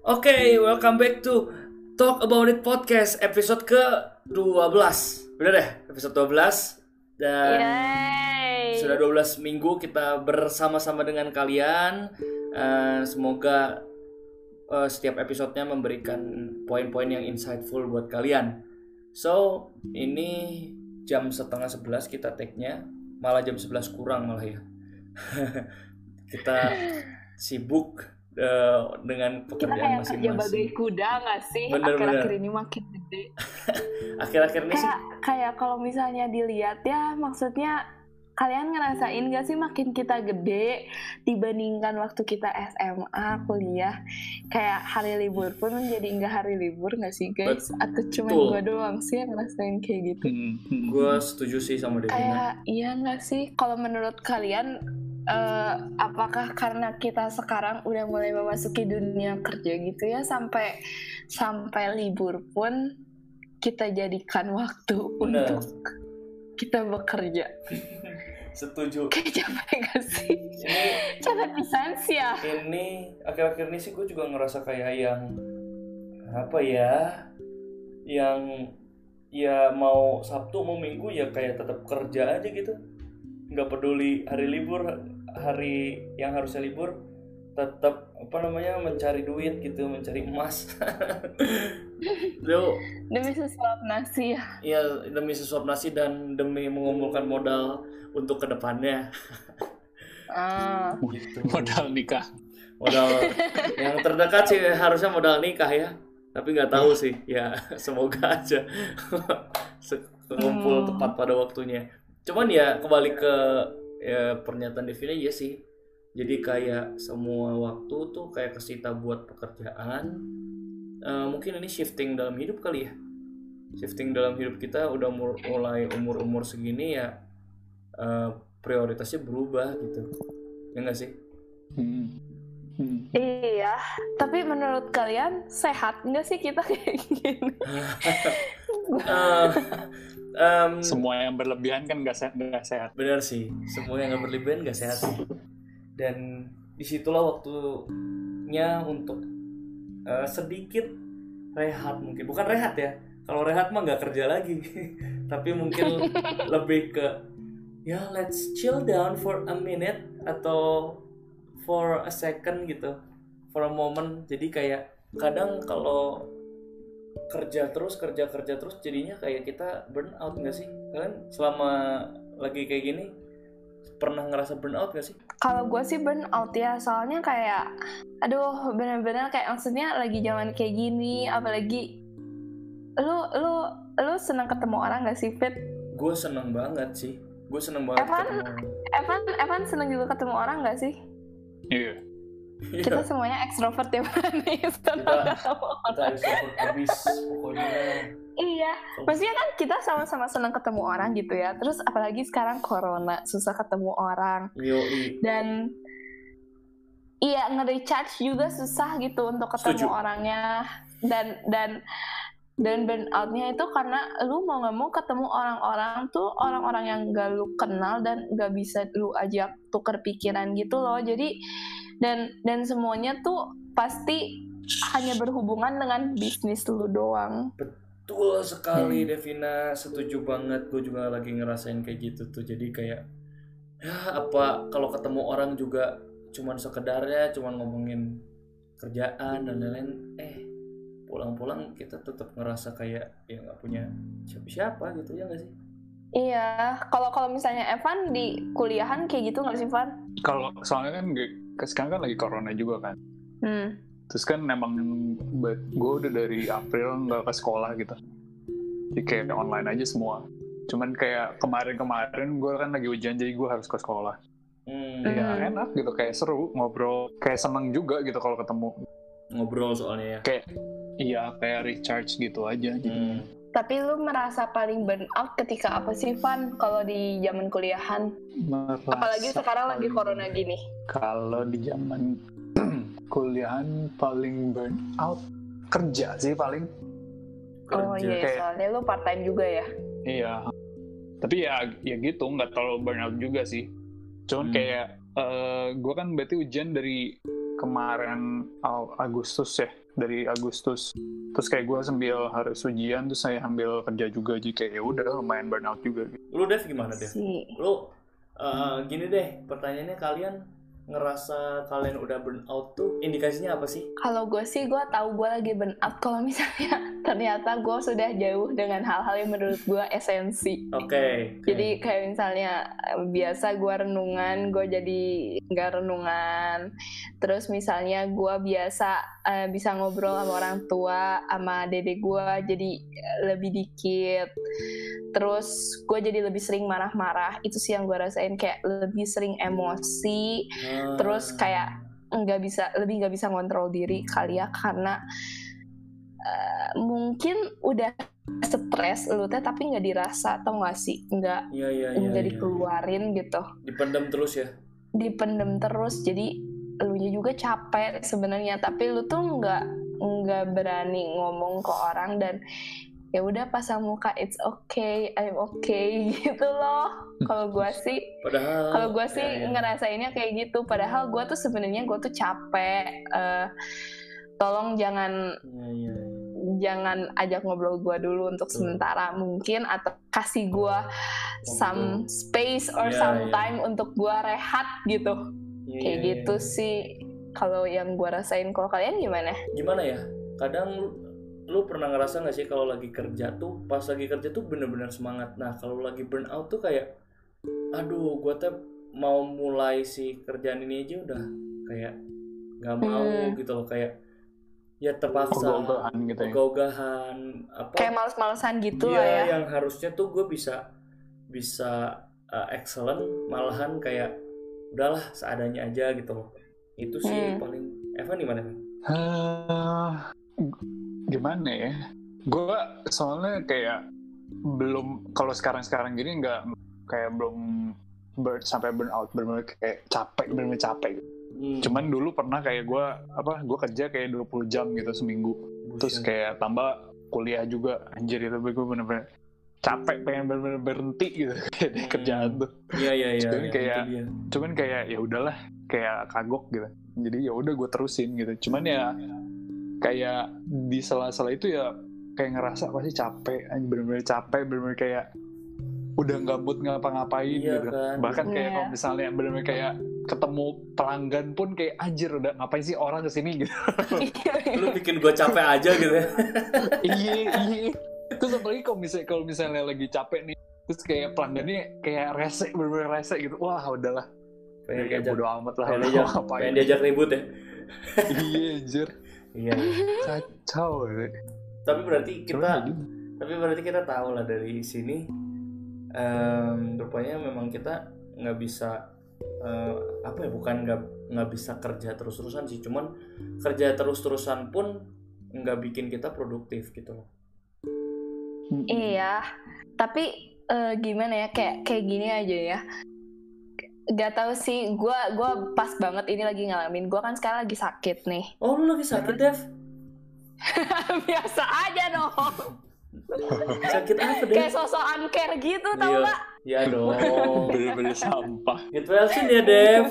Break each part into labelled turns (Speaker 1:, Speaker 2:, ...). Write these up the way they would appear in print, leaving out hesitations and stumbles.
Speaker 1: Oke, welcome back to Talk About It Podcast episode ke-12. Bener deh, episode 12. Dan
Speaker 2: Yay.
Speaker 1: sudah 12 minggu kita bersama-sama dengan kalian. Semoga setiap episodenya memberikan poin-poin yang insightful buat kalian. So, ini jam 10:30 kita take-nya. Malah jam 11 kurang malah ya. Kita sibuk dengan pekerjaan masing-masing.
Speaker 2: Kita kayak kerja bagai kuda gak sih? Akhir-akhir ini makin gede.
Speaker 1: Akhir-akhir ini sih
Speaker 2: kayak kalau misalnya dilihat ya, maksudnya kalian ngerasain gak sih makin kita gede dibandingkan waktu kita SMA, kuliah? Kayak hari libur pun menjadi enggak hari libur gak sih guys? Atau cuma gue doang sih yang ngerasain kayak gitu?
Speaker 1: Gue setuju sih sama Devina.
Speaker 2: Kayak iya gak sih? Kalau menurut kalian apakah karena kita sekarang udah mulai memasuki dunia kerja gitu ya, sampai libur pun kita jadikan waktu untuk kita bekerja?
Speaker 1: Setuju.
Speaker 2: Kayak capek gak sih? Capek pisan sih ya.
Speaker 1: Ini akhir-akhir ini sih gue juga ngerasa kayak yang apa ya, yang ya mau Sabtu mau Minggu ya kayak tetap kerja aja gitu, nggak peduli hari libur, hari yang harusnya libur tetap mencari duit gitu, mencari emas.
Speaker 2: Demi sesuap nasi ya.
Speaker 1: Iya, demi sesuap nasi dan demi mengumpulkan modal untuk kedepannya.
Speaker 3: Gitu. Modal nikah.
Speaker 1: Modal yang terdekat sih harusnya modal nikah ya. Tapi nggak tahu sih. Ya semoga aja kumpul tepat pada waktunya. Cuman ya kembali ke pernyataan Devina, ya sih. Jadi kayak semua waktu tuh kayak kesita buat pekerjaan. Mungkin ini shifting dalam hidup kali ya. Shifting dalam hidup kita udah mulai umur segini ya, prioritasnya berubah gitu. Ya nggak sih?
Speaker 2: Iya, tapi menurut kalian sehat nggak sih kita kayak gini?
Speaker 3: Semua yang berlebihan kan nggak sehat.
Speaker 1: Benar sih, semua yang nggak berlebihan nggak sehat sih. Dan disitulah waktunya untuk sedikit rehat mungkin. Bukan rehat ya, kalau rehat mah nggak kerja lagi. Tapi mungkin lebih ke ya let's chill down for a minute atau for a second gitu, for a moment. Jadi kayak kadang kalau kerja terus jadinya kayak kita burn out nggak sih? Kalian selama lagi kayak gini pernah ngerasa burn out nggak sih?
Speaker 2: Kalau gue sih burn out ya, soalnya kayak aduh benar-benar kayak maksudnya lagi zaman kayak gini, apalagi lu senang ketemu orang nggak sih, Fit?
Speaker 1: Gue seneng banget sih, ketemu orang.
Speaker 2: Evan seneng juga ketemu orang nggak sih?
Speaker 3: Iya.
Speaker 2: Kita semuanya ekstrovert ya, Pak.
Speaker 1: Kita ekstrovert abis pokoknya.
Speaker 2: Iya, maksudnya kan kita sama-sama senang ketemu orang gitu ya. Terus apalagi sekarang corona, susah ketemu orang.
Speaker 1: Yoi.
Speaker 2: Dan iya, nge-recharge juga susah gitu untuk ketemu orangnya. Dan burn out-nya itu karena lu mau nggak mau ketemu orang-orang tuh, orang-orang yang gak lu kenal dan gak bisa lu ajak tuker pikiran gitu loh. Jadi dan semuanya tuh pasti hanya berhubungan dengan bisnis lu doang.
Speaker 1: Betul sekali Devina, setuju banget. Gue juga lagi ngerasain kayak gitu tuh. Jadi kayak ya apa kalau ketemu orang juga cuman sekedarnya cuman ngomongin kerjaan dan lain-lain. Pulang-pulang kita tetap ngerasa kayak ya nggak punya siapa-siapa gitu, ya nggak sih?
Speaker 2: Iya, kalau misalnya Evan di kuliahan kayak gitu nggak sih, Van?
Speaker 3: Kalau soalnya kan sekarang kan lagi corona juga kan. Terus kan memang gue udah dari April nggak ke sekolah gitu. Jadi kayak online aja semua. Cuman kayak kemarin gue kan lagi ujian jadi gue harus ke sekolah. Ya enak gitu, kayak seru ngobrol, kayak seneng juga gitu kalau ketemu.
Speaker 1: Ngobrol soalnya ya.
Speaker 3: Kayak recharge gitu aja.
Speaker 2: Tapi lu merasa paling burn out ketika apa sih, Van? Kalau di zaman kuliahan? Apalagi sekarang lagi corona gini.
Speaker 3: Kalau di zaman kuliahan paling burn out kerja sih paling.
Speaker 2: Oh iya, soalnya lu part time juga ya.
Speaker 3: Iya. Tapi ya gitu, nggak terlalu burn out juga sih. Cuman kayak gue kan berarti ujian dari kemarin Agustus ya, dari Agustus. Terus kayak gue sambil harus ujian, terus saya ambil kerja juga, jadi kayak ya udah lumayan burnout juga.
Speaker 1: Lu Dev gimana Dev? Lu gini deh, pertanyaannya, kalian ngerasa kalian udah burnout tuh indikasinya apa sih?
Speaker 2: Kalau gue sih, gue tahu gue lagi burnout kalau misalnya ternyata gue sudah jauh dengan hal-hal yang menurut gue esensi.
Speaker 1: Oke.
Speaker 2: Jadi kayak misalnya biasa gue renungan, gue jadi nggak renungan. Terus misalnya gue biasa bisa ngobrol sama orang tua, sama dede gue jadi lebih dikit. Terus gue jadi lebih sering marah-marah. Itu sih yang gue rasain, kayak lebih sering emosi. Terus kayak nggak bisa ngontrol diri kali ya, karena mungkin udah stres lu teh tapi nggak dirasa, tau nggak sih, nggak dikeluarin gitu,
Speaker 1: dipendam terus ya,
Speaker 2: dipendam terus. Jadi elunya juga capek sebenarnya, tapi lu tuh nggak berani ngomong ke orang, dan ya udah pasang muka it's okay, I'm okay gitu loh. Kalau gue sih ngerasainnya kayak gitu. Padahal gue tuh sebenarnya gue tuh capek. Tolong jangan ajak ngobrol gue dulu untuk sementara mungkin, atau kasih gue some space or some time untuk gue rehat gitu. Kayak gitu sih kalau yang gue rasain. Kalau kalian gimana?
Speaker 1: Gimana ya? Kadang lu pernah ngerasa nggak sih kalau lagi kerja tuh, pas lagi kerja tuh bener-bener semangat. Nah kalau lagi burnout tuh kayak, aduh gue tuh mau mulai si kerjaan ini aja udah kayak nggak mau gitu loh, kayak ya terpaksa ogah-ogahan apa,
Speaker 2: kayak males-malesan gitu lah ya.
Speaker 1: Yang harusnya tuh gue bisa excellent, malahan kayak udahlah seadanya aja gitu loh. Itu sih paling. Evan gimana?
Speaker 3: Gimana ya? Gue soalnya kayak belum, kalau sekarang gini nggak, kayak belum sampai burnout, bener-bener kayak bener-bener capek. Cuman dulu pernah kayak gue kerja kayak 20 jam gitu seminggu. Terus kayak tambah kuliah juga, anjir itu gue bener-bener capek, pengen bener-bener berhenti gitu kayak di kerjaan tuh.
Speaker 1: Iya.
Speaker 3: Cuman kayak ya udahlah, kayak kagok gitu. Jadi ya udah gue terusin gitu. Cuman ya kayak di sela-sela itu ya kayak ngerasa pasti capek, bener-bener capek, bener-bener kayak udah nggak mood ngapa-ngapain gitu.
Speaker 1: Kan?
Speaker 3: Bahkan kayak kalau misalnya bener-bener kayak ketemu pelanggan pun kayak anjir udah ngapain sih orang kesini gitu.
Speaker 1: Lu bikin gue capek aja gitu ya.
Speaker 3: Iya. Terus apalagi kalau misalnya lagi capek nih, terus kayak pelanggannya kayak rese, bener-bener rese gitu. Wah udahlah. Kayak bodo amat lah.
Speaker 1: Pengen diajak ribut ya.
Speaker 3: Iya anjir.
Speaker 1: Iya.
Speaker 3: Kacau.
Speaker 1: Tapi berarti kita tahu lah dari sini, rupanya memang kita nggak bisa bukan nggak bisa kerja terus-terusan sih, cuman kerja terus-terusan pun nggak bikin kita produktif gitu loh.
Speaker 2: Iya, tapi gimana ya, kayak gini aja ya. Gak tahu sih, gue pas banget ini lagi ngalamin. Gue kan sekarang lagi sakit nih.
Speaker 1: Oh, lu lagi sakit, Dev?
Speaker 2: Biasa aja dong.
Speaker 1: Sakit apa, Dev?
Speaker 2: Kayak sosokan care gitu, tau gak?
Speaker 1: Iya dong.
Speaker 3: Bener-bener sampah.
Speaker 1: Get well soon ya, Dev.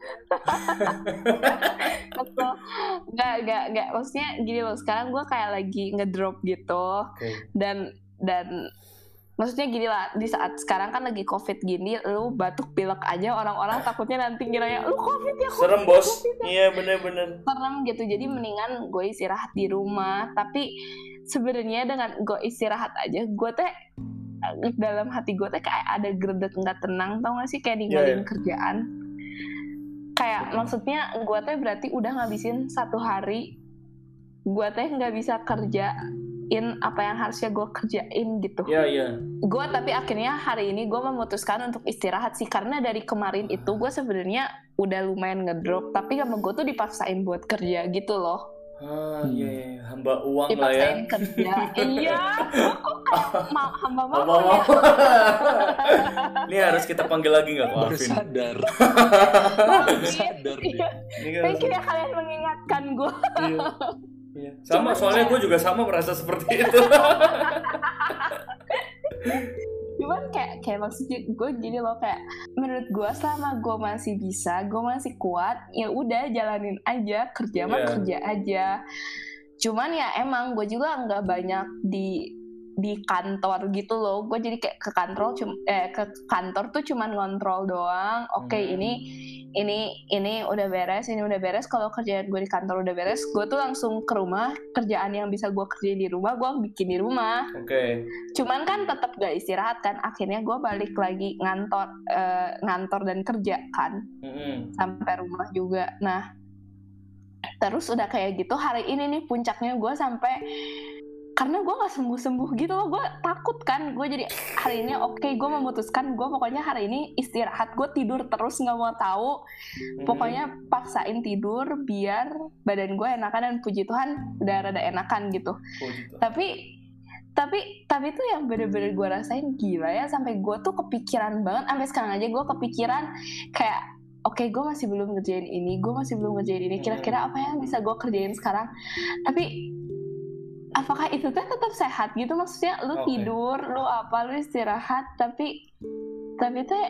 Speaker 2: Gak. Maksudnya gini loh, sekarang gue kayak lagi ngedrop gitu. Okay. Dan maksudnya gini lah, di saat sekarang kan lagi COVID gini, lu batuk pilek aja orang-orang takutnya nanti ngiranya lu COVID ya.
Speaker 1: Serem bos. Iya bener-bener.
Speaker 2: Serem gitu, jadi mendingan gue istirahat di rumah. Tapi sebenarnya dengan gue istirahat aja, gue teh dalam hati gue teh kayak ada gredek nggak tenang, tau gak sih, kayak ninggalin kerjaan. Kayak maksudnya gue teh berarti udah ngabisin 1 hari, gue teh nggak bisa kerjain apa yang harusnya gue kerjain gitu.
Speaker 1: Iya.
Speaker 2: Gue tapi akhirnya hari ini gue memutuskan untuk istirahat sih, karena dari kemarin itu gue sebenarnya udah lumayan ngedrop, tapi sama gue tuh dipaksain buat kerja gitu loh.
Speaker 1: Iya, hamba uang lah ya.
Speaker 2: Dipaksain kerja. Iya, kok kayak hamba mau ya.
Speaker 1: Ini harus kita panggil lagi nggak, Pak Alvin?
Speaker 3: Baru sadar.
Speaker 2: Thank you ya kalian mengingatkan gue.
Speaker 1: Iya. Sama, soalnya gue juga sama merasa seperti itu.
Speaker 2: cuman kayak maksudnya gue gini loh, kayak menurut gue selama gue masih bisa, gue masih kuat, ya udah jalanin aja, kerja mah kerja aja. Cuman ya emang gue juga nggak banyak di kantor gitu loh. Gue jadi kayak ke kantor tuh cuman ngontrol doang. Oke, ini udah beres, ini udah beres. Kalau kerjaan gue di kantor udah beres, gue tuh langsung ke rumah. Kerjaan yang bisa gue kerjain di rumah, gue bikin di rumah. Cuman kan tetap gak istirahat kan. Akhirnya gue balik lagi ngantor dan kerja kan, sampai rumah juga. Nah, terus udah kayak gitu, hari ini nih puncaknya gue sampai, karena gue gak sembuh-sembuh gitu loh, gue takut kan. Gue jadi hari ini gue memutuskan gue pokoknya hari ini istirahat, gue tidur terus, gak mau tahu. Pokoknya paksain tidur biar badan gue enakan, dan puji Tuhan udah rada enakan gitu. Tapi tuh yang bener-bener gue rasain gila ya, sampai gue tuh kepikiran banget. Sampai sekarang aja gue kepikiran kayak, oke, gue masih belum ngerjain ini, kira-kira apa yang bisa gue kerjain sekarang. Tapi apakah itu tuh tetap sehat gitu? Maksudnya lu tidur, lu istirahat, tapi tuh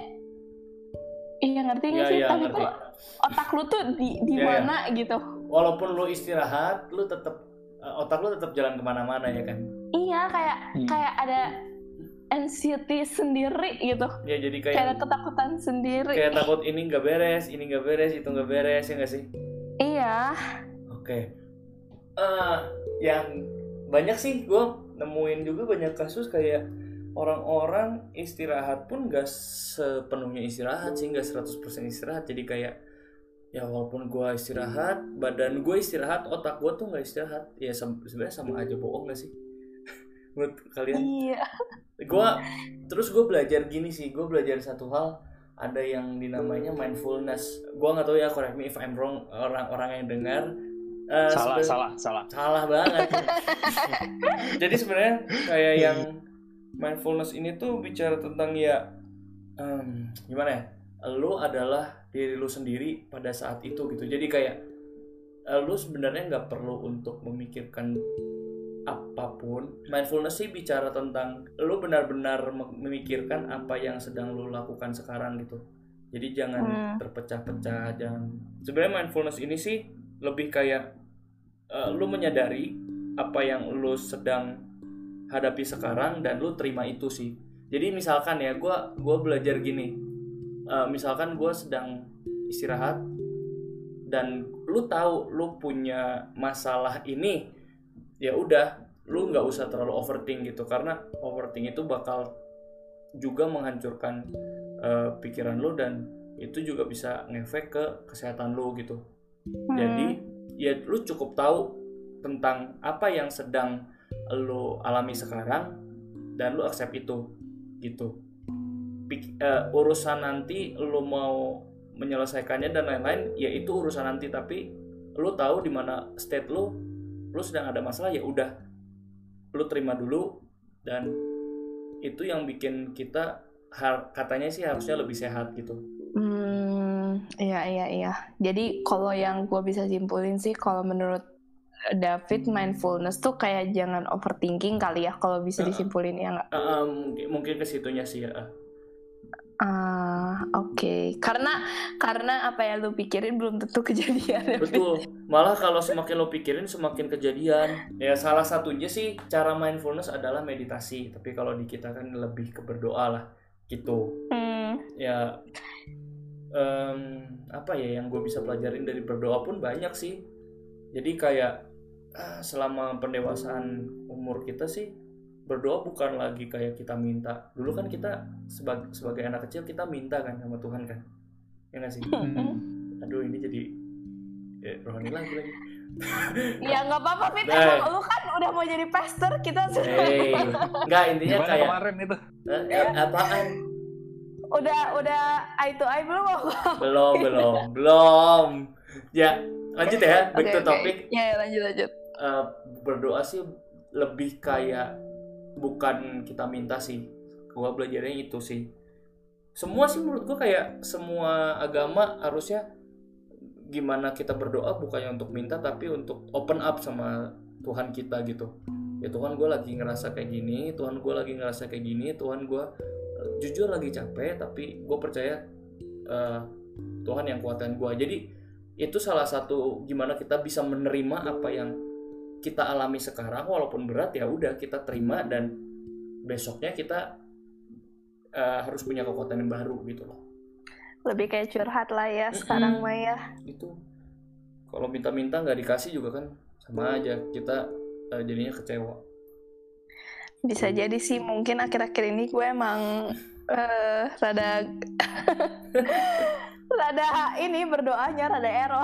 Speaker 2: iya, ngerti gak sih? Tapi ngerti. Tuh otak lu tuh di mana gitu.
Speaker 1: Walaupun lu istirahat, lu tetap otak lu tetap jalan kemana-mana ya kan?
Speaker 2: Iya, kayak ada anxiety sendiri gitu.
Speaker 1: Ya, jadi kayak
Speaker 2: ada ketakutan sendiri.
Speaker 1: Kayak takut ini nggak beres, itu nggak beres, ya nggak sih?
Speaker 2: Iya.
Speaker 1: Oke. Yang banyak sih gue nemuin juga banyak kasus kayak orang-orang istirahat pun nggak sepenuhnya istirahat sih, nggak 100% istirahat. Jadi kayak ya walaupun gue istirahat, badan gue istirahat, otak gue tuh nggak istirahat. Ya sebenarnya sama aja bohong nggak sih? Menurut kalian?
Speaker 2: Iya.
Speaker 1: Terus gue belajar gini sih, gue belajar satu hal, ada yang dinamanya mindfulness. Gue nggak tahu ya, correct me if I'm wrong, orang-orang yang dengar. Salah banget. Jadi sebenarnya kayak yang mindfulness ini tuh bicara tentang ya gimana ya, lu adalah diri lu sendiri pada saat itu gitu. Jadi kayak lu sebenarnya nggak perlu untuk memikirkan apapun. Mindfulness sih bicara tentang lu benar-benar memikirkan apa yang sedang lu lakukan sekarang gitu. Jadi jangan terpecah-pecah. Sebenarnya mindfulness ini sih lebih kayak lu menyadari apa yang lu sedang hadapi sekarang dan lu terima itu sih. Jadi misalkan ya, gue belajar gini, misalkan gue sedang istirahat dan lu tahu lu punya masalah ini, ya udah, lu nggak usah terlalu overthink gitu, karena overthink itu bakal juga menghancurkan pikiran lu, dan itu juga bisa ngefek ke kesehatan lu gitu. Jadi ya lu cukup tahu tentang apa yang sedang lu alami sekarang dan lu accept itu gitu. Urusan nanti lu mau menyelesaikannya dan lain-lain, ya itu urusan nanti, tapi lu tahu di mana state lu sedang ada masalah, ya udah lu terima dulu, dan itu yang bikin kita katanya sih harusnya lebih sehat gitu.
Speaker 2: Iya. Jadi kalau yang gue bisa simpulin sih, kalau menurut David, mindfulness tuh kayak jangan overthinking kali ya, kalau bisa disimpulin ya nggak?
Speaker 1: Mungkin ke situnya sih ya.
Speaker 2: Oke. Karena apa yang lu pikirin belum tentu kejadian.
Speaker 1: Betul. Malah kalau semakin lu pikirin semakin kejadian. Ya salah satunya sih cara mindfulness adalah meditasi. Tapi kalau di kita kan lebih ke berdoa lah gitu. Ya apa ya yang gue bisa pelajarin dari berdoa pun banyak sih. Jadi kayak selama pendewasaan umur kita sih, berdoa bukan lagi kayak kita minta. Dulu kan kita sebagai anak kecil kita minta kan sama Tuhan kan, ya nggak sih? Aduh, ini jadi rohani lagi.
Speaker 2: Ya nggak apa-apa, Fit. Emang lu kan udah mau jadi pastor, kita
Speaker 1: nggak, intinya
Speaker 3: gimana
Speaker 1: kayak
Speaker 3: kemarin itu
Speaker 1: apaan?
Speaker 2: Udah eye to eye belum?
Speaker 1: belum. Ya lanjut ya, back to topic.
Speaker 2: Ya lanjut.
Speaker 1: Berdoa sih lebih kayak bukan kita minta sih. Gua belajarnya itu sih. Semua sih menurut gua kayak semua agama harusnya gimana kita berdoa bukannya untuk minta, tapi untuk open up sama Tuhan kita gitu. Ya Tuhan, gue lagi ngerasa kayak gini, Tuhan gue lagi ngerasa kayak gini, Tuhan gue jujur lagi capek, tapi gue percaya Tuhan yang kuatkan gue. Jadi itu salah satu gimana kita bisa menerima apa yang kita alami sekarang, walaupun berat ya udah kita terima, dan besoknya kita harus punya kekuatan yang baru gitu loh.
Speaker 2: Lebih kayak curhat lah ya sekarang mah ya.
Speaker 1: Itu kalau minta-minta nggak dikasih juga kan sama aja, kita jadinya kecewa.
Speaker 2: Bisa jadi sih, mungkin akhir-akhir ini gue emang rada ini berdoanya rada error.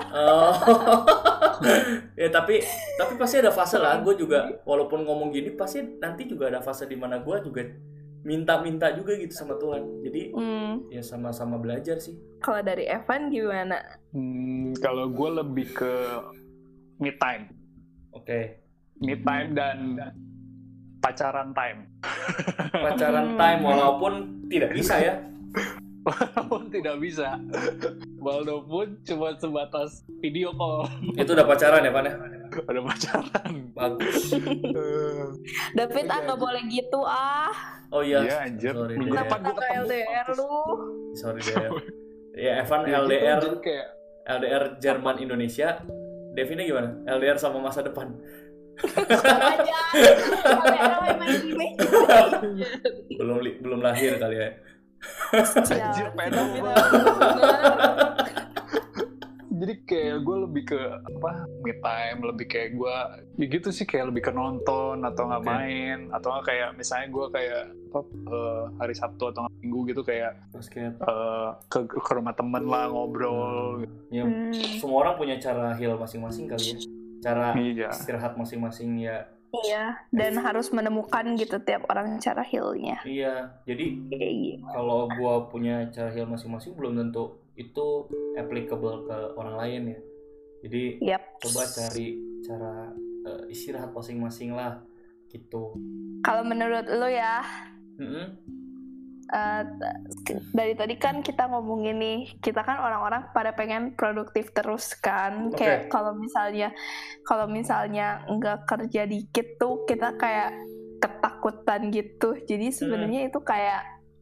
Speaker 1: Ya tapi pasti ada fase lah. Gue juga walaupun ngomong gini pasti nanti juga ada fase di mana gue juga minta juga gitu sama Tuhan. Jadi ya sama-sama belajar sih.
Speaker 2: Kalau dari Evan gimana?
Speaker 3: Kalau gue lebih ke me time.
Speaker 1: Oke.
Speaker 3: Me time dan pacaran time.
Speaker 1: Pacaran time walaupun tidak bisa ya.
Speaker 3: Walaupun tidak bisa, walaupun cuma sebatas video call.
Speaker 1: Itu udah pacaran ya, Pan?
Speaker 3: Udah pacaran.
Speaker 1: Bagus.
Speaker 2: David nggak boleh gitu
Speaker 1: Oh iya.
Speaker 3: Iya anjir.
Speaker 2: Minggu depan gue ketemu LDR lu.
Speaker 1: Sorry deh. Ya Evan LDR. LDR Jerman Indonesia. Devinnya gimana? LDR sama masa depan.
Speaker 2: Aja.
Speaker 1: Belum lahir kali ya.
Speaker 3: Anjir pedang. Jadi kayak gue lebih ke me time, lebih kayak gue ya gitu sih, kayak lebih ke nonton atau nggak main, atau nggak kayak misalnya gue kayak hari Sabtu atau Minggu gitu kayak ke rumah temen lah ngobrol.
Speaker 1: Ya, semua orang punya cara heal masing-masing kali ya, cara istirahat masing-masing ya.
Speaker 2: Iya, dan harus menemukan gitu tiap orang cara heal-nya.
Speaker 1: Iya, jadi kalau gua punya cara heal masing-masing belum tentu itu applicable ke orang lain ya. Jadi coba cari cara istirahat masing-masing lah gitu.
Speaker 2: Kalau menurut lo ya, dari tadi kan kita ngomongin nih, kita kan orang-orang pada pengen produktif terus kan. Kayak kalau misalnya nggak kerja dikit tuh kita kayak ketakutan gitu. Jadi sebenarnya itu kayak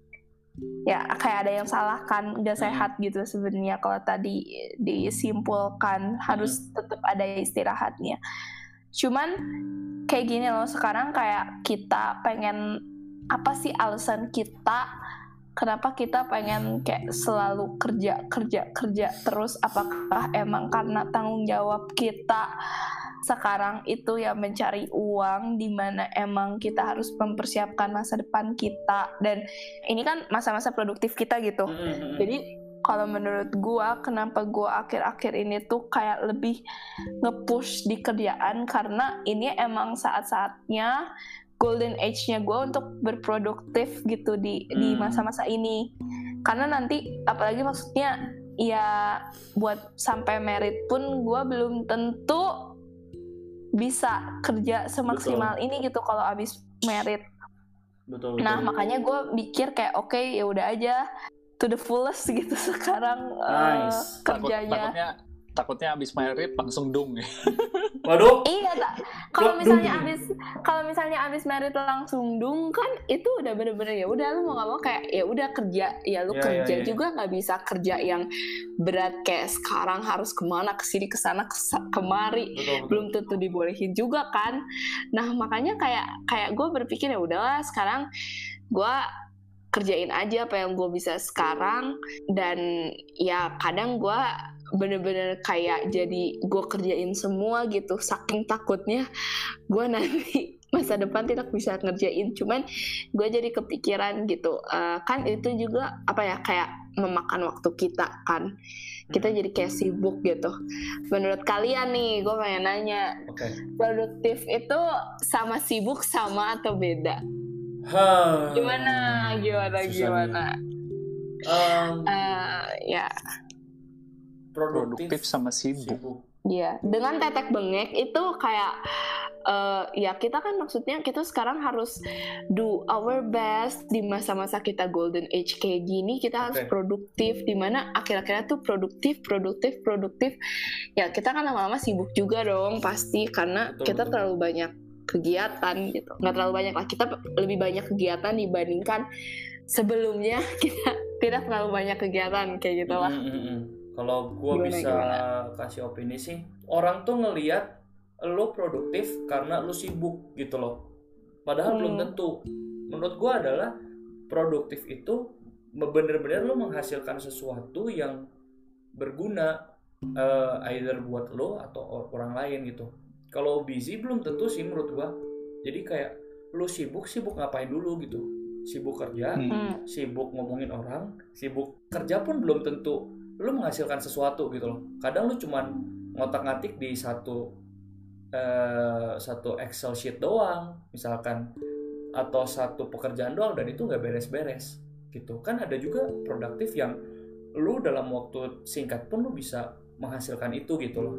Speaker 2: ada yang salah kan, nggak sehat gitu sebenarnya. Kalau tadi disimpulkan harus tetap ada istirahatnya. Cuman kayak gini loh, sekarang kayak kita pengen, apa sih alasan kita kenapa kita pengen kayak selalu kerja terus? Apakah emang karena tanggung jawab kita sekarang itu ya mencari uang, di mana emang kita harus mempersiapkan masa depan kita, dan ini kan masa-masa produktif kita gitu. Jadi kalau menurut gua, kenapa gua akhir-akhir ini tuh kayak lebih nge-push di kerjaan, karena ini emang saat-saatnya golden age-nya gue untuk berproduktif gitu di masa-masa ini. Karena nanti apalagi maksudnya ya buat sampai merit pun gue belum tentu bisa kerja semaksimal ini gitu kalau abis merit.
Speaker 1: Betul.
Speaker 2: Nah makanya gue mikir kayak oke, ya udah aja to the fullest gitu sekarang kerjanya.
Speaker 3: Takutnya abis merit langsung dung ya.
Speaker 1: Waduh.
Speaker 2: Iya, kalau misalnya abis merit langsung dung kan itu udah bener-bener ya udah, lu mau nggak mau kayak ya udah kerja, ya lu kerja juga nggak bisa kerja yang berat kayak sekarang harus kemana kesini kesana kemari, betul. Belum tentu dibolehin juga kan. Nah makanya kayak gue berpikir ya udahlah sekarang gue kerjain aja apa yang gue bisa sekarang, dan ya kadang gue bener-bener kayak jadi gue kerjain semua gitu, saking takutnya gue nanti masa depan tidak bisa ngerjain. Cuman gue jadi kepikiran gitu, kan itu juga apa ya, kayak memakan waktu kita kan, kita jadi kayak sibuk gitu. Menurut kalian nih, gue pengen nanya, produktif itu sama sibuk sama atau beda? Gimana? Ya
Speaker 3: produktif sama sibuk.
Speaker 2: Iya, dengan tetek bengek itu kayak ya kita kan maksudnya kita sekarang harus do our best di masa-masa kita golden age kayak gini, kita harus produktif, dimana akhir-akhirnya tuh produktif ya kita kan lama-lama sibuk juga dong pasti, karena kita terlalu banyak kegiatan gitu. Nggak terlalu banyak lah, kita lebih banyak kegiatan dibandingkan sebelumnya kita tidak terlalu banyak kegiatan kayak gitu lah.
Speaker 1: Kalau gue bisa kasih opini sih, orang tuh ngelihat lo produktif karena lo sibuk gitu loh. Padahal belum tentu. Menurut gue adalah produktif itu benar-benar lo menghasilkan sesuatu yang berguna, either buat lo atau orang lain gitu. Kalau busy belum tentu sih menurut gue. Jadi kayak lo sibuk ngapain dulu gitu. Sibuk kerja, sibuk ngomongin orang, sibuk kerja pun belum tentu lu menghasilkan sesuatu gitu loh. Kadang lu cuman ngotak-ngatik di satu Excel sheet doang misalkan, atau satu pekerjaan doang, dan itu nggak beres-beres gitu. Kan ada juga produktif yang lu dalam waktu singkat pun lu bisa menghasilkan itu gitu loh,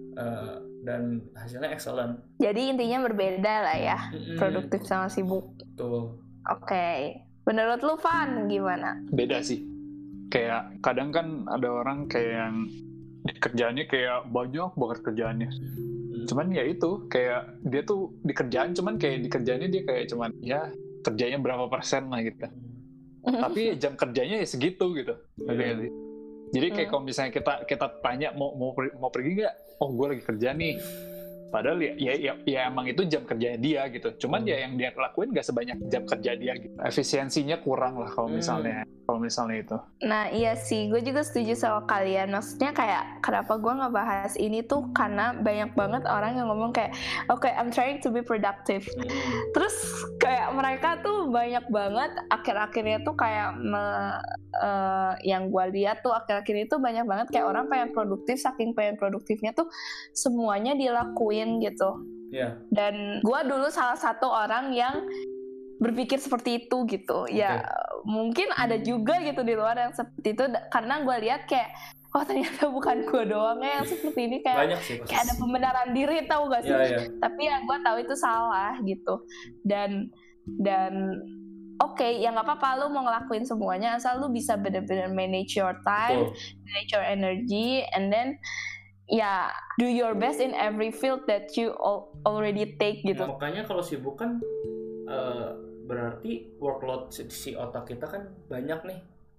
Speaker 1: dan hasilnya excellent.
Speaker 2: Jadi intinya berbeda lah ya, produktif sama sibuk.
Speaker 1: Betul.
Speaker 2: Oke. Menurut lu Van gimana?
Speaker 3: Beda sih. Kayak kadang kan ada orang kayak yang kerjaannya kayak banyak banget kerjaannya. Cuman ya itu kayak dia tuh di kerjaan, cuman kayak di kerjaannya dia kayak cuman ya kerjanya berapa persen lah gitu. Tapi jam kerjanya ya segitu gitu. Jadi kayak kalau misalnya kita tanya mau pergi nggak? Oh gue lagi kerja nih. Padahal ya emang itu jam kerjanya dia gitu. Cuman ya yang dia lakuin nggak sebanyak jam kerja dia gitu. Efisiensinya kurang lah kalau misalnya itu.
Speaker 2: Nah iya sih, gue juga setuju sama kalian. Maksudnya kayak kenapa gue ngebahas ini tuh karena banyak banget orang yang ngomong kayak okay, I'm trying to be productive. Terus kayak mereka tuh banyak banget akhir-akhirnya tuh kayak yang gue lihat tuh akhir-akhir itu banyak banget kayak orang pengen produktif, saking pengen produktifnya tuh semuanya dilakuin gitu. Dan gue dulu salah satu orang yang berpikir seperti itu gitu. Ya mungkin ada juga gitu di luar yang seperti itu, karena gue lihat kayak oh ternyata bukan gue doang yang seperti ini, kayak ada pembenaran diri, tahu gak sih? Tapi ya gue tahu itu salah gitu. Dan oke, ya nggak apa-apa lu mau ngelakuin semuanya asal lu bisa benar-benar manage your time, manage your energy, and then ya do your best in every field that you already take gitu.
Speaker 1: Nah, makanya kalau sibuk kan berarti workload si otak kita kan banyak nih.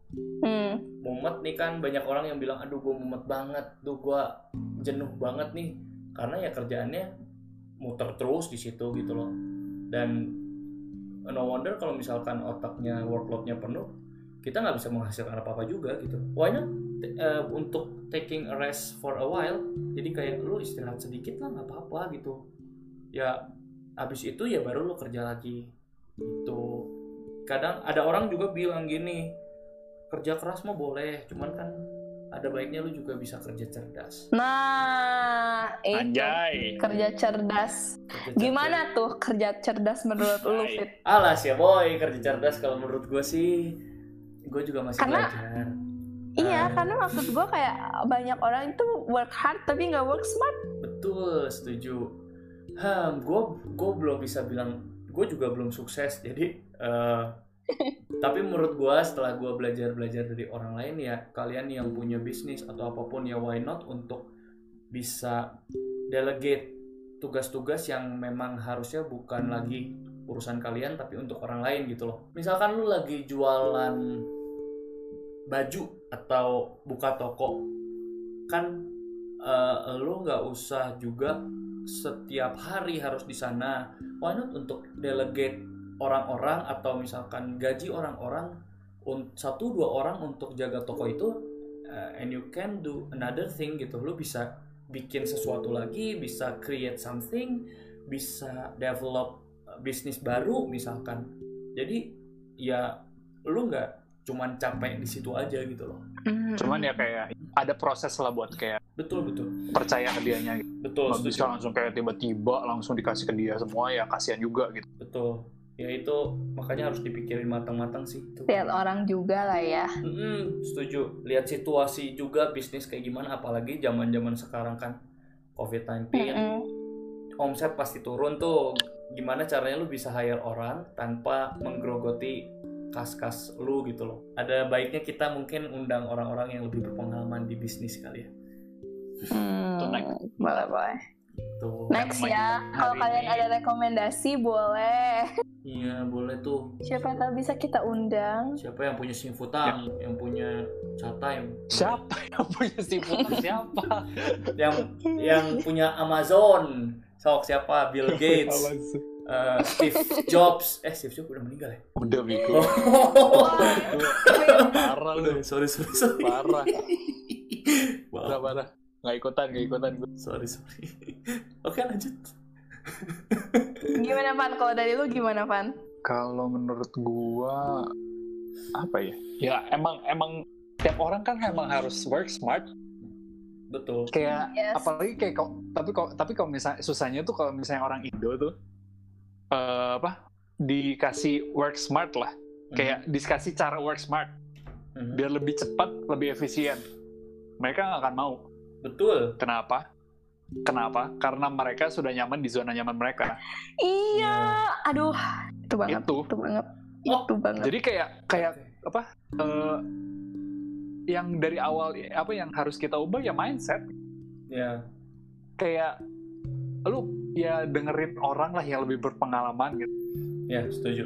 Speaker 1: Mumet nih kan, banyak orang yang bilang aduh gue mumet banget, gue jenuh banget nih, karena ya kerjaannya muter terus di situ gitu loh. Dan no wonder kalau misalkan otaknya workloadnya penuh, kita nggak bisa menghasilkan apa-apa juga gitu. Why not untuk taking a rest for a while? Jadi kayak lu istirahat sedikit lah, nggak apa-apa gitu. Ya abis itu ya baru lu kerja lagi gitu. Kadang ada orang juga bilang gini, kerja keras mah boleh, cuman kan ada baiknya lu juga bisa kerja cerdas.
Speaker 2: Nah, itu kerja cerdas. Gimana tuh kerja cerdas menurut lu, Fit?
Speaker 1: Alas ya boy, kerja cerdas kalau menurut gue sih, gue juga masih belajar.
Speaker 2: Iya, karena maksud gue kayak banyak orang itu work hard tapi nggak work smart.
Speaker 1: Betul, setuju. Gue belum bisa bilang, gue juga belum sukses, jadi tapi menurut gue setelah gue belajar dari orang lain, ya kalian yang punya bisnis atau apapun ya why not untuk bisa delegate tugas-tugas yang memang harusnya bukan lagi urusan kalian tapi untuk orang lain gitu loh. Misalkan lu lagi jualan baju atau buka toko, kan lu nggak usah juga setiap hari harus di sana. Why not untuk delegate orang-orang atau misalkan gaji orang-orang 1-2 orang untuk jaga toko itu, and you can do another thing gitu. Lu bisa bikin sesuatu lagi, bisa create something, bisa develop bisnis baru misalkan. Jadi ya lu nggak cuman capek di situ aja gitu loh.
Speaker 3: Cuman ya kayak ada proses lah buat kayak
Speaker 1: betul
Speaker 3: percaya ke dianya gitu.
Speaker 1: Betul.
Speaker 3: Nggak bisa langsung kayak tiba-tiba langsung dikasih ke dia semua, ya kasihan juga gitu.
Speaker 1: Betul. Ya itu makanya harus dipikirin matang-matang sih.
Speaker 2: Lihat orang juga lah ya.
Speaker 1: Setuju. Lihat situasi juga bisnis kayak gimana, apalagi zaman-zaman sekarang kan COVID-19. Omset pasti turun tuh. Gimana caranya lu bisa hire orang tanpa menggerogoti kas-kas lu gitu loh. Ada baiknya kita mungkin undang orang-orang yang lebih berpengalaman di bisnis kali ya.
Speaker 2: Boleh.
Speaker 1: Tuh.
Speaker 2: Next ya, kalau kalian ada rekomendasi boleh.
Speaker 1: Iya boleh tuh.
Speaker 2: Siapa tahu bisa kita undang.
Speaker 1: Siapa yang punya Simfutang, yang punya Chatime?
Speaker 3: Siapa yang punya Simfutang? Siapa?
Speaker 1: yang punya Amazon. Sok siapa? Bill Gates. Steve Jobs. Steve Jobs udah meninggal ya?
Speaker 3: Udah Biko. Parah lu.
Speaker 1: Sorry.
Speaker 3: Parah.
Speaker 1: Wow.
Speaker 3: Parah. Nggak ikutan gue.
Speaker 1: Sorry. Oke lanjut.
Speaker 2: Gimana Van? Kalau dari lu gimana Van?
Speaker 3: Kalau menurut gua apa ya? Ya emang tiap orang kan emang harus work smart.
Speaker 1: Betul.
Speaker 3: Kayak
Speaker 2: Yes.
Speaker 3: apalagi kayak tapi kalau misalnya susahnya tuh kalau misalnya orang Indo tuh dikasih work smart lah. Kayak dikasih cara work smart biar lebih cepat, lebih efisien. Mereka nggak akan mau.
Speaker 1: Betul.
Speaker 3: Kenapa? Karena mereka sudah nyaman di zona nyaman mereka.
Speaker 2: Iya, aduh, itu banget.
Speaker 3: Itu.
Speaker 2: Itu banget.
Speaker 3: Jadi kayak apa? Yang dari awal apa yang harus kita ubah ya mindset.
Speaker 1: Ya.
Speaker 3: Kayak lu ya dengerin orang lah yang lebih berpengalaman gitu.
Speaker 1: Ya, setuju.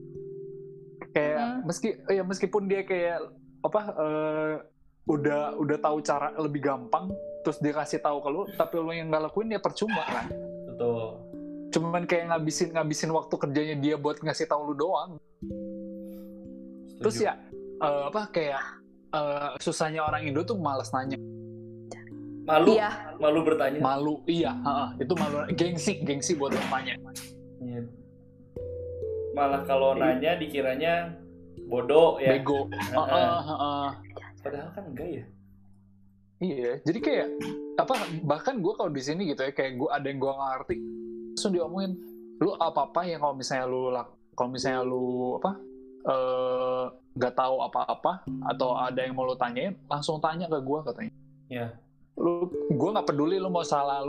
Speaker 3: Kayak meskipun dia kayak apa udah tahu cara lebih gampang terus dia kasih tahu ke lu tapi lu yang nggak lakuin ya percuma kan.
Speaker 1: Betul.
Speaker 3: Cuman kayak ngabisin waktu kerjanya dia buat ngasih tahu lu doang.
Speaker 1: Setuju.
Speaker 3: Terus ya kayak susahnya orang Indo tuh malas nanya.
Speaker 1: Malu.
Speaker 2: Iya.
Speaker 1: Malu bertanya.
Speaker 3: Malu, iya, itu malu, gengsi buat nanya.
Speaker 1: Iya. Malah kalau nanya dikiranya bodoh ya.
Speaker 3: Bego.
Speaker 1: Padahal kan enggak ya.
Speaker 3: Iya, jadi kayak bahkan gue kalau di sini gitu ya kayak gue ada yang gue nggak ngerti langsung diomongin lu apa yang kalau misalnya lu nggak tahu apa-apa atau ada yang mau lu tanyain langsung tanya ke gue katanya.
Speaker 1: Iya.
Speaker 3: Gue nggak peduli lu mau salah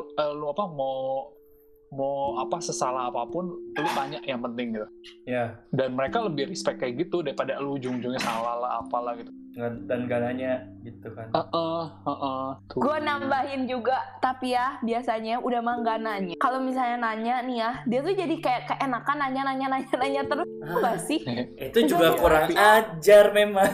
Speaker 3: mau sesalah apapun lu tanya yang penting gitu.
Speaker 1: Ya.
Speaker 3: Dan mereka lebih respect kayak gitu daripada lu ujung-ujungnya salah lah apalah gitu.
Speaker 1: Dan gak nanya gitu kan.
Speaker 2: Gue nambahin juga, tapi ya biasanya udah mah nggak nanya. Kalau misalnya nanya nih ya, dia tuh jadi kayak keenakan nanya terus nggak sih?
Speaker 1: Itu juga kurang ajar memang.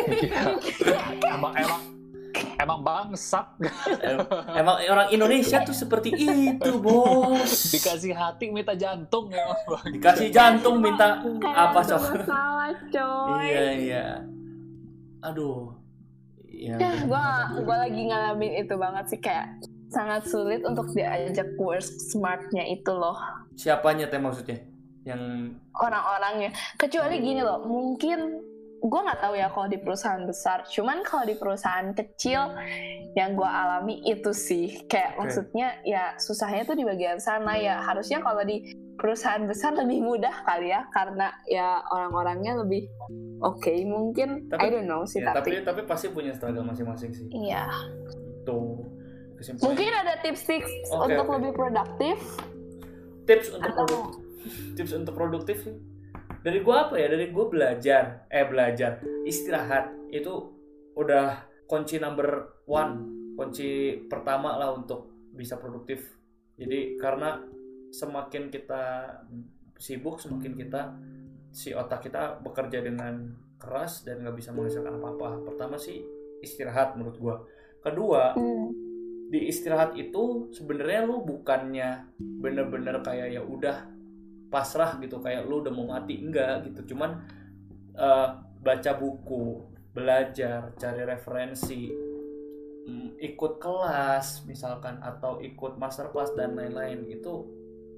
Speaker 3: Emang bangsat.
Speaker 1: Emang orang Indonesia tuh seperti itu, Bos.
Speaker 3: Dikasih hati minta jantung ya.
Speaker 1: Dikasih jantung minta apa sok?
Speaker 2: Salah coy.
Speaker 1: Iya. Aduh. Ya.
Speaker 2: Gue lagi ngalamin itu banget sih, kayak sangat sulit untuk diajak work smartnya itu loh.
Speaker 1: Siapanya teh maksudnya? Yang
Speaker 2: orang-orangnya. Kecuali gini loh, mungkin gue nggak tahu ya kalau di perusahaan besar. Cuman kalau di perusahaan kecil yang gue alami itu sih kayak maksudnya ya susahnya tuh di bagian sana ya. Harusnya kalau di perusahaan besar lebih mudah kali ya karena ya orang-orangnya lebih oke, mungkin I don't know sih
Speaker 1: ya, tapi pasti punya struggle masing-masing sih.
Speaker 2: Iya.
Speaker 1: Tuh.
Speaker 2: Mungkin ada tips-tips untuk lebih produktif.
Speaker 1: Tips untuk produktif sih. Dari gue apa ya? Dari gue belajar istirahat itu udah kunci number 1, kunci pertama lah untuk bisa produktif. Jadi karena semakin kita sibuk, semakin si otak kita bekerja dengan keras dan nggak bisa menghasilkan apa-apa. Pertama sih istirahat menurut gue. Kedua, di istirahat itu sebenarnya lu bukannya bener-bener kayak ya udah pasrah gitu kayak lu udah mau mati, enggak gitu. Cuman baca buku, belajar, cari referensi, ikut kelas misalkan atau ikut masterclass dan lain-lain itu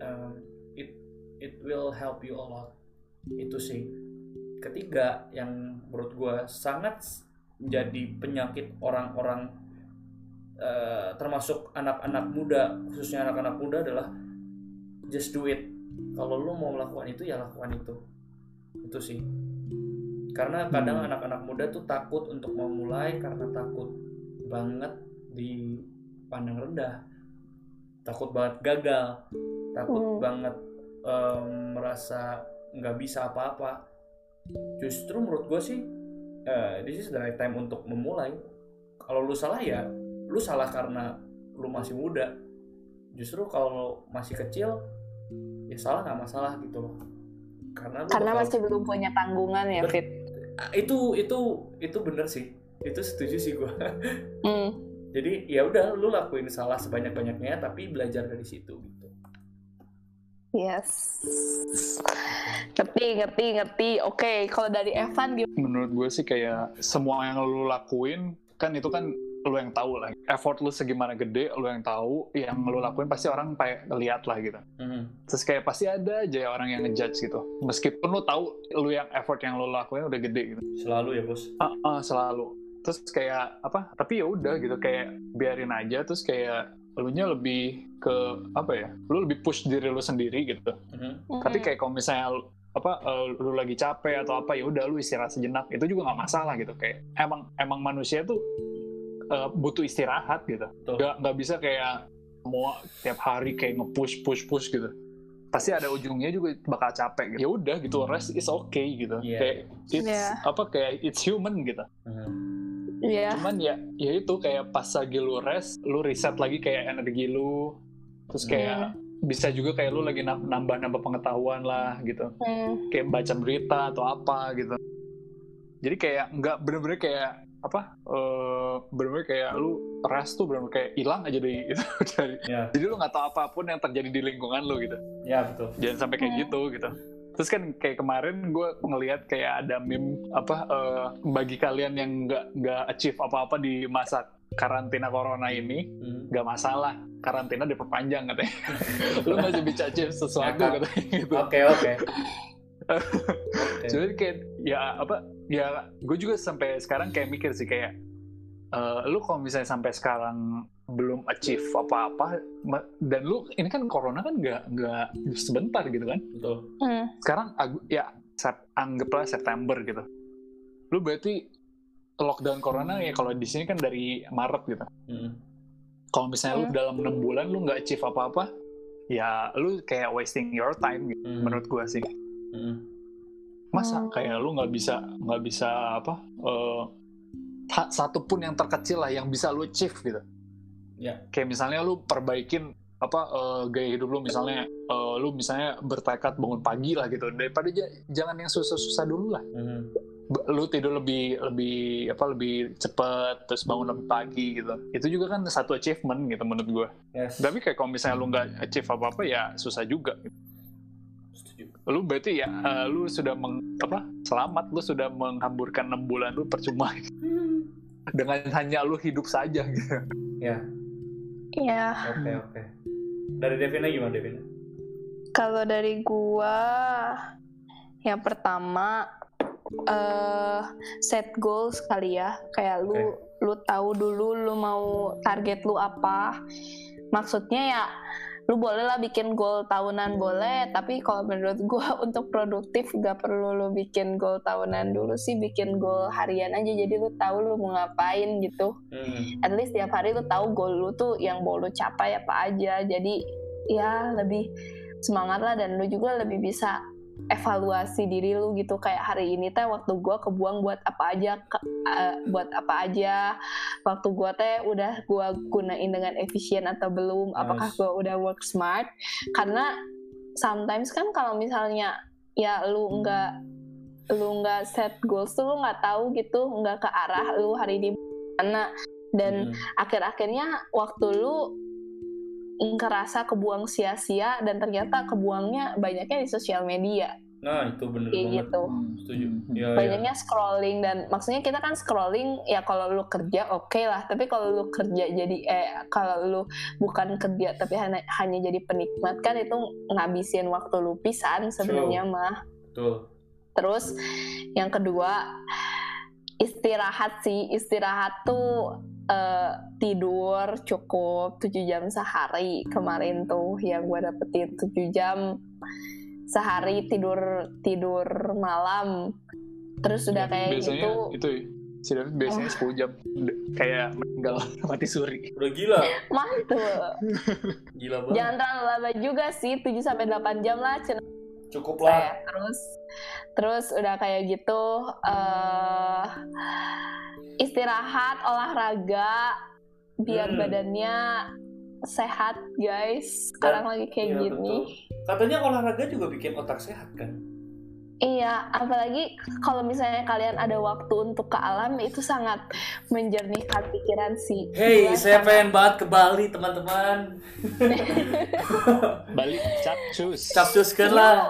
Speaker 1: it will help you a lot. Itu sih. Ketiga yang menurut gue sangat menjadi penyakit orang-orang termasuk anak-anak muda, khususnya anak-anak muda adalah just do it. Kalau lu mau melakukan itu ya lakukan itu sih. Karena kadang anak-anak muda tuh takut untuk memulai karena takut banget dipandang rendah, takut banget gagal, takut banget merasa nggak bisa apa-apa. Justru menurut gue sih this is the right time untuk memulai. Kalau lu salah ya lu salah karena lu masih muda. Justru kalau masih kecil ya salah nggak masalah gitu loh,
Speaker 2: karena masih belum punya tanggungan ya, Fit.
Speaker 1: Itu bener sih, itu setuju sih gue. Jadi ya udah, lu lakuin salah sebanyak-banyaknya tapi belajar dari situ gitu.
Speaker 2: Yes. Ngerti. Oke, kalau dari Evan gimana?
Speaker 3: Menurut gue sih kayak semua yang lu lakuin kan itu kan lu yang tahu lah. Effort lu segimana gede, lu yang tahu. Yang lu lakuin pasti orang lihat lah gitu. Terus kayak pasti ada aja orang yang ngejudge gitu. Meskipun lu tahu lu yang effort yang lu lakuin udah gede gitu.
Speaker 1: Selalu ya, Bos.
Speaker 3: Selalu. Terus kayak apa? Tapi ya udah gitu, kayak biarin aja. Terus kayak elunya lebih ke apa ya? Lu lebih push diri lu sendiri gitu. Tapi kayak kalau misalnya lu lagi capek atau apa, ya udah lu istirahat sejenak. Itu juga nggak masalah gitu. Kayak emang manusia tuh butuh istirahat gitu. Nggak bisa kayak mau tiap hari kayak nge-push gitu. Pasti ada ujungnya juga bakal capek gitu. Ya udah gitu, rest is okay gitu. Kayak it's human gitu. Cuman ya itu kayak pas lagi lu rest, lu reset lagi kayak energi lu. Terus kayak bisa juga kayak lu lagi nambah pengetahuan lah gitu. Kayak baca berita atau apa gitu. Jadi kayak nggak bener-bener kayak bener-bener kayak lu rest tuh bener-bener kayak hilang aja dari itu. Jadi lu nggak tahu apapun yang terjadi di lingkungan lu gitu.
Speaker 1: Ya betul. Jangan
Speaker 3: sampai kayak gitu. Terus kan kayak kemarin gue ngelihat kayak ada meme bagi kalian yang nggak achieve apa-apa di masa karantina corona ini, nggak masalah, karantina diperpanjang katanya. Lu masih bisa achieve sesuatu katanya gitu.
Speaker 1: Oke.
Speaker 3: Jadi kayak ya gue juga sampai sekarang kayak mikir sih kayak lu kalau misalnya sampai sekarang belum achieve apa-apa, dan lu ini kan corona kan nggak sebentar gitu kan.
Speaker 1: Betul.
Speaker 3: Sekarang anggaplah September gitu. Lu berarti lockdown corona ya kalau di sini kan dari Maret gitu. Kalau misalnya lu dalam 6 bulan lu nggak achieve apa-apa, ya lu kayak wasting your time gitu, menurut gua sih. Masa kayak lu nggak bisa satu pun yang terkecil lah yang bisa lu achieve gitu. Kayak misalnya lu perbaikin gaya hidup lu, misalnya lu misalnya bertekad bangun pagi lah gitu, daripada jangan yang susah-susah dulu lah. Lu tidur lebih cepat, terus bangun lebih pagi gitu. Itu juga kan satu achievement gitu menurut gue. Tapi kayak kalau misalnya lu nggak achieve apa-apa ya susah juga gitu. Lu berarti ya lu sudah selamat, lu sudah menghamburkan 6 bulan lu percuma dengan hanya lu hidup saja gitu.
Speaker 2: Iya.
Speaker 1: Oke. Dari Devina gimana, Devina?
Speaker 2: Kalau dari gua, yang pertama set goals kali ya. Kayak lu tahu dulu lu mau target lu apa. Maksudnya ya lu boleh lah bikin goal tahunan boleh, tapi kalau menurut gue untuk produktif gak perlu lu bikin goal tahunan dulu sih, bikin goal harian aja, jadi lu tahu lu mau ngapain gitu. At least tiap hari lu tahu goal lu tuh yang mau lu capai apa aja, jadi ya lebih semangat lah, dan lu juga lebih bisa evaluasi diri lu gitu, kayak hari ini teh waktu gue kebuang buat apa aja, waktu gue teh udah gue gunain dengan efisien atau belum, apakah gue udah work smart. Karena sometimes kan kalau misalnya ya lu nggak set goals tuh, lu nggak tahu gitu, nggak ke arah lu hari ini mana, dan akhir-akhirnya waktu lu ngerasa kebuang sia-sia, dan ternyata kebuangnya banyaknya di sosial media.
Speaker 1: Nah itu bener banget
Speaker 2: gitu.
Speaker 1: Setuju.
Speaker 2: Banyaknya scrolling, dan maksudnya kita kan scrolling ya kalau lu kerja oke lah, tapi kalau lu kerja jadi kalau lu bukan kerja tapi hanya jadi penikmat, kan itu ngabisin waktu lu pisan sebenarnya mah.
Speaker 1: Betul.
Speaker 2: Terus yang kedua, istirahat tuh tidur cukup 7 jam sehari. Kemarin tuh yang gue dapetin 7 jam sehari tidur malam. Terus udah kayak
Speaker 3: biasanya
Speaker 2: gitu.
Speaker 3: Itu si David biasanya 10 jam kayak meninggal mati suri.
Speaker 1: Udah gila.
Speaker 2: Mantul.
Speaker 1: Gila banget.
Speaker 2: Jangan terlalu lama juga sih, 7-8 jam lah.
Speaker 1: Cukup lah.
Speaker 2: Terus udah kayak gitu, istirahat, olahraga biar badannya sehat guys. Sekarang lagi kayak
Speaker 1: iya,
Speaker 2: gini.
Speaker 1: Betul. Katanya olahraga juga bikin otak sehat kan?
Speaker 2: Iya, apalagi kalau misalnya kalian ada waktu untuk ke alam, itu sangat menjernihkan pikiran sih.
Speaker 1: Hey, saya pengen banget ke Bali teman-teman.
Speaker 3: Bali capcus
Speaker 1: Capcuskan lah.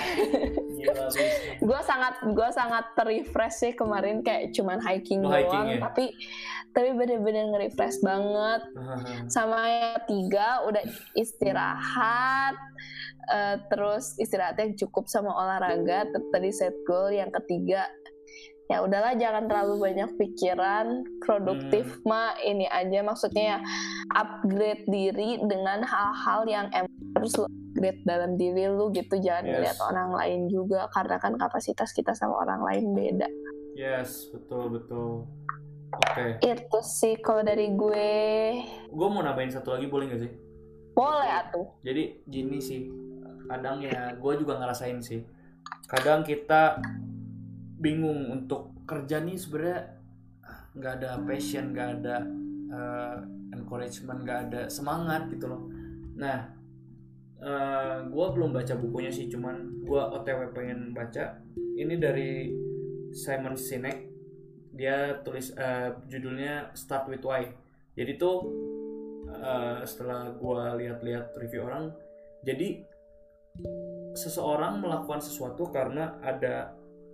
Speaker 2: Gue sangat terrefresh sih kemarin, kayak cuman hiking doang,
Speaker 1: ya?
Speaker 2: tapi bener-bener nge-refresh banget. Sama yang ketiga udah istirahat, terus istirahatnya cukup sama olahraga, tadi set goal. Yang ketiga ya udahlah, jangan terlalu banyak pikiran, produktif mah ini aja, maksudnya ya upgrade diri dengan hal-hal yang harus lo upgrade dalam diri lu gitu. Jangan ngeliat orang lain juga, karena kan kapasitas kita sama orang lain beda.
Speaker 1: Yes, betul. Oke.
Speaker 2: Itu sih kalau dari gue.
Speaker 1: Gue mau nambahin satu lagi, boleh gak sih?
Speaker 2: Boleh atuh.
Speaker 1: Jadi gini sih, kadang ya gue juga ngerasain sih, kadang kita bingung untuk kerja nih, sebenarnya nggak ada passion, nggak ada encouragement, nggak ada semangat gitu loh. Nah, gue belum baca bukunya sih, cuman gue OTW pengen baca. Ini dari Simon Sinek, dia tulis judulnya Start With Why. Jadi tuh setelah gue lihat-lihat review orang, jadi seseorang melakukan sesuatu karena ada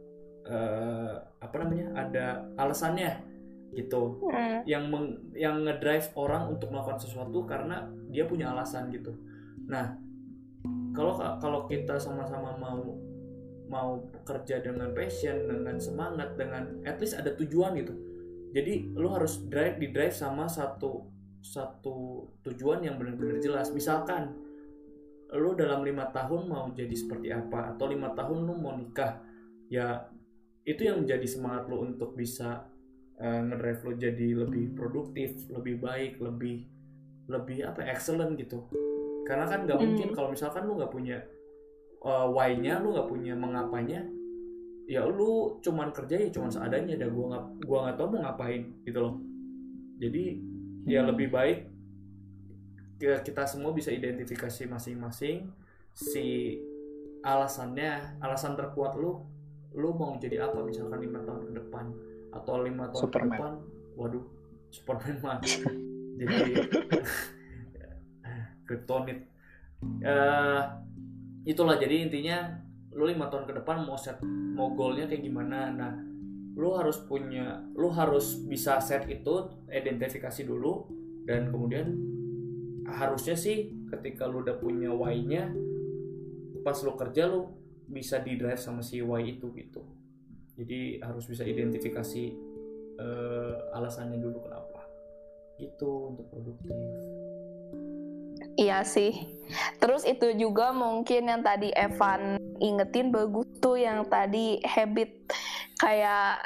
Speaker 1: ada alasannya gitu, yang ngedrive orang untuk melakukan sesuatu karena dia punya alasan gitu. Nah, kalau kita sama-sama mau kerja dengan passion, dengan semangat, dengan at least ada tujuan gitu. Jadi lu harus di drive sama satu tujuan yang benar-benar jelas. Misalkan lu dalam 5 tahun mau jadi seperti apa, atau 5 tahun lu mau nikah, ya itu yang menjadi semangat lu untuk bisa ngedrive lu jadi lebih produktif, lebih baik, lebih excellent gitu. Karena kan nggak mungkin kalau misalkan lu nggak punya why-nya, lu nggak punya mengapanya, ya lu cuman kerja ya cuman seadanya, dan gua nggak tahu mau ngapain gitu loh. Jadi ya lebih baik kita semua bisa identifikasi masing-masing si alasan terkuat lu mau jadi apa, misalkan 5 tahun ke depan atau 5 tahun
Speaker 3: Superman.
Speaker 1: ke depan. Waduh, Superman mah jadi kryptonit. Itulah, jadi intinya lu 5 tahun ke depan mau goalnya kayak gimana. Nah, lu harus bisa set itu, identifikasi dulu, dan kemudian harusnya sih ketika lu udah punya why-nya, pas lu kerja lu bisa di drive sama si why itu gitu. Jadi harus bisa identifikasi alasannya dulu kenapa gitu untuk produktif.
Speaker 2: Iya sih. Terus itu juga mungkin yang tadi Evan ingetin bagus tuh, yang tadi habit, kayak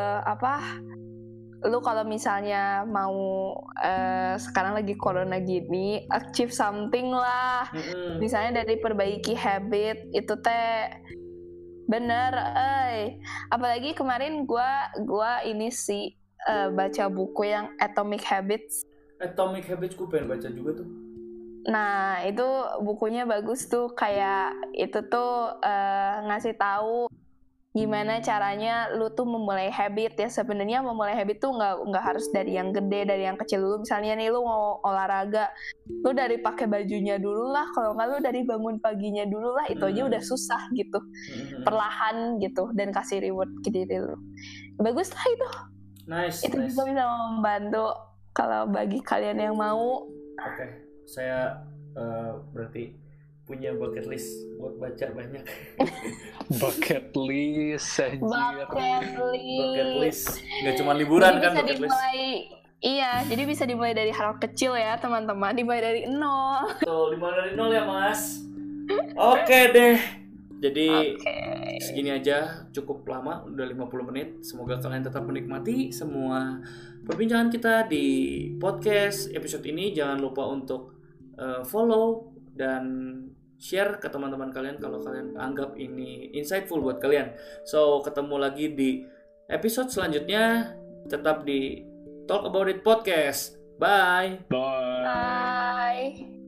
Speaker 2: lu kalau misalnya mau sekarang lagi corona gini, achieve something lah. Misalnya dari perbaiki habit itu teh bener. Apalagi kemarin gua ini sih baca buku yang Atomic Habits.
Speaker 1: Gue pengen baca juga tuh.
Speaker 2: Nah, itu bukunya bagus tuh, kayak itu tuh ngasih tahu gimana caranya lu tuh memulai habit ya. Sebenarnya memulai habit tuh nggak harus dari yang gede, dari yang kecil dulu. Misalnya nih lu mau olahraga, lu dari pakai bajunya dulu lah, kalau nggak lu dari bangun paginya dulu lah. Itu aja udah susah gitu, perlahan gitu, dan kasih reward ke diri lu. Bagus lah itu.
Speaker 1: Nice.
Speaker 2: Itu juga bisa membantu kalau bagi kalian yang mau.
Speaker 1: Oke, saya berarti punya bucket list buat baca banyak.
Speaker 3: Bucket list, anjir.
Speaker 1: Bucket list. Nggak cuma liburan
Speaker 2: jadi
Speaker 1: kan
Speaker 2: bisa
Speaker 1: bucket
Speaker 2: dimulai,
Speaker 1: list.
Speaker 2: Iya, jadi bisa dimulai dari hal kecil ya teman-teman. Dimulai dari nol.
Speaker 1: Tuh, dimulai dari nol ya Mas. Oke deh. Jadi segini aja, cukup lama, udah 50 menit. Semoga kalian tetap menikmati semua perbincangan kita di podcast episode ini. Jangan lupa untuk follow dan share ke teman-teman kalian kalau kalian anggap ini insightful buat kalian. So, ketemu lagi di episode selanjutnya. Tetap di Talk About It Podcast. Bye.
Speaker 3: Bye.
Speaker 2: Bye. Bye.